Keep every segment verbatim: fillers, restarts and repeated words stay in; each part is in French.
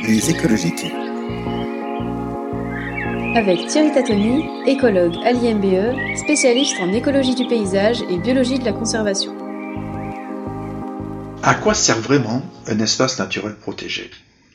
Les écologiques. Avec Thierry Tatoni, écologue à l'I M B E, spécialiste en écologie du paysage et biologie de la conservation. À quoi sert vraiment un espace naturel protégé ?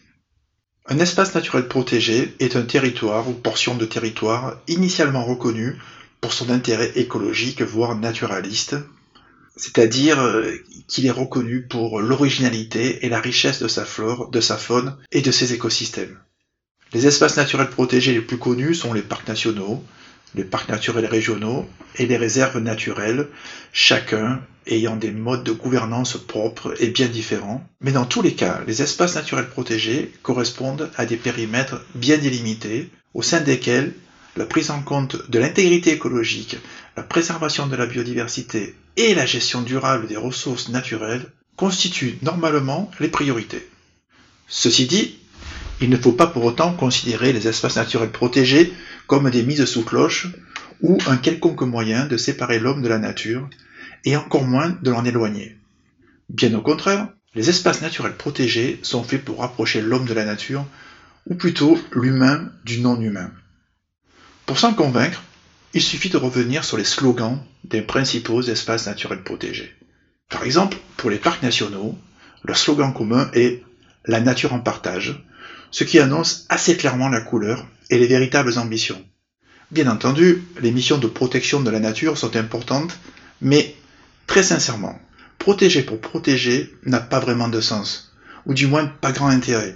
Un espace naturel protégé est un territoire ou portion de territoire initialement reconnu pour son intérêt écologique, voire naturaliste, c'est-à-dire qu'il est reconnu pour l'originalité et la richesse de sa flore, de sa faune et de ses écosystèmes. Les espaces naturels protégés les plus connus sont les parcs nationaux, les parcs naturels régionaux et les réserves naturelles, chacun ayant des modes de gouvernance propres et bien différents. Mais dans tous les cas, les espaces naturels protégés correspondent à des périmètres bien délimités, au sein desquels la prise en compte de l'intégrité écologique, la préservation de la biodiversité et la gestion durable des ressources naturelles constituent normalement les priorités. Ceci dit, il ne faut pas pour autant considérer les espaces naturels protégés comme des mises sous cloche ou un quelconque moyen de séparer l'homme de la nature, et encore moins de l'en éloigner. Bien au contraire, les espaces naturels protégés sont faits pour rapprocher l'homme de la nature, ou plutôt l'humain du non-humain. Pour s'en convaincre, il suffit de revenir sur les slogans des principaux espaces naturels protégés. Par exemple, pour les parcs nationaux, leur slogan commun est « La nature en partage », ce qui annonce assez clairement la couleur et les véritables ambitions. Bien entendu, les missions de protection de la nature sont importantes, mais très sincèrement, protéger pour protéger n'a pas vraiment de sens, ou du moins pas grand intérêt.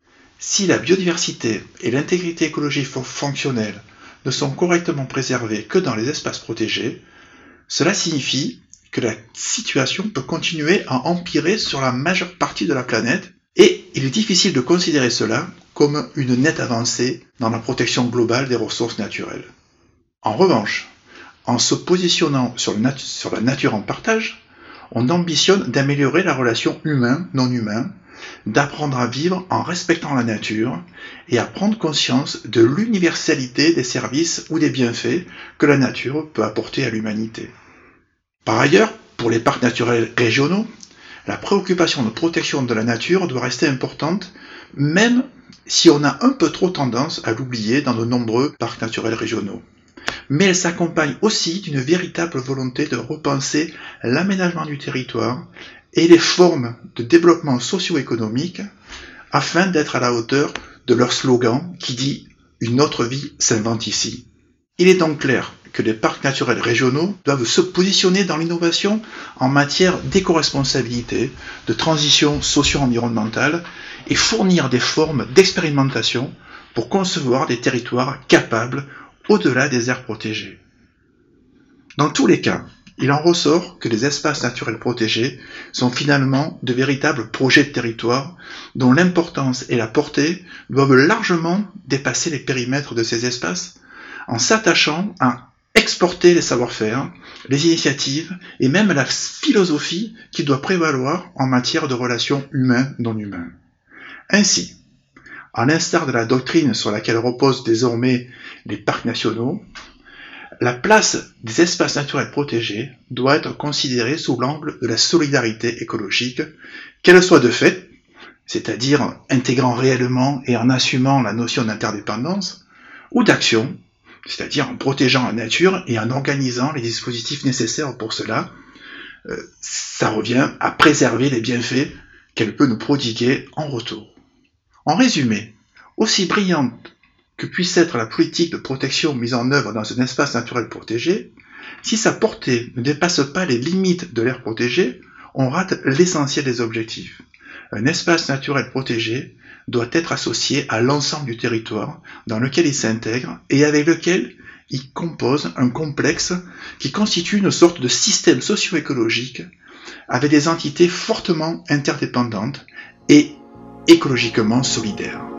Si la biodiversité et l'intégrité écologique fonctionnelle ne sont correctement préservées que dans les espaces protégés, cela signifie que la situation peut continuer à empirer sur la majeure partie de la planète, et il est difficile de considérer cela comme une nette avancée dans la protection globale des ressources naturelles. En revanche, en se positionnant sur, le nat- sur la nature en partage, on ambitionne d'améliorer la relation humain-non-humain, d'apprendre à vivre en respectant la nature et à prendre conscience de l'universalité des services ou des bienfaits que la nature peut apporter à l'humanité. Par ailleurs, pour les parcs naturels régionaux, la préoccupation de protection de la nature doit rester importante, même si on a un peu trop tendance à l'oublier dans de nombreux parcs naturels régionaux. Mais elle s'accompagne aussi d'une véritable volonté de repenser l'aménagement du territoire et les formes de développement socio-économique afin d'être à la hauteur de leur slogan qui dit « Une autre vie s'invente ici ». Il est donc clair que les parcs naturels régionaux doivent se positionner dans l'innovation en matière d'éco-responsabilité, de transition socio-environnementale et fournir des formes d'expérimentation pour concevoir des territoires capables au-delà des aires protégées. Dans tous les cas, il en ressort que les espaces naturels protégés sont finalement de véritables projets de territoire dont l'importance et la portée doivent largement dépasser les périmètres de ces espaces en s'attachant à exporter les savoir-faire, les initiatives et même la philosophie qui doit prévaloir en matière de relations humain-non-humain. Ainsi, à l'instar de la doctrine sur laquelle reposent désormais les parcs nationaux, la place des espaces naturels protégés doit être considérée sous l'angle de la solidarité écologique, qu'elle soit de fait, c'est-à-dire intégrant réellement et en assumant la notion d'interdépendance, ou d'action, c'est-à-dire en protégeant la nature et en organisant les dispositifs nécessaires pour cela. Euh, ça revient à préserver les bienfaits qu'elle peut nous prodiguer en retour. En résumé, aussi brillante que puisse être la politique de protection mise en œuvre dans un espace naturel protégé, si sa portée ne dépasse pas les limites de l'aire protégée, on rate l'essentiel des objectifs. Un espace naturel protégé doit être associé à l'ensemble du territoire dans lequel il s'intègre et avec lequel il compose un complexe qui constitue une sorte de système socio-écologique avec des entités fortement interdépendantes et écologiquement solidaires.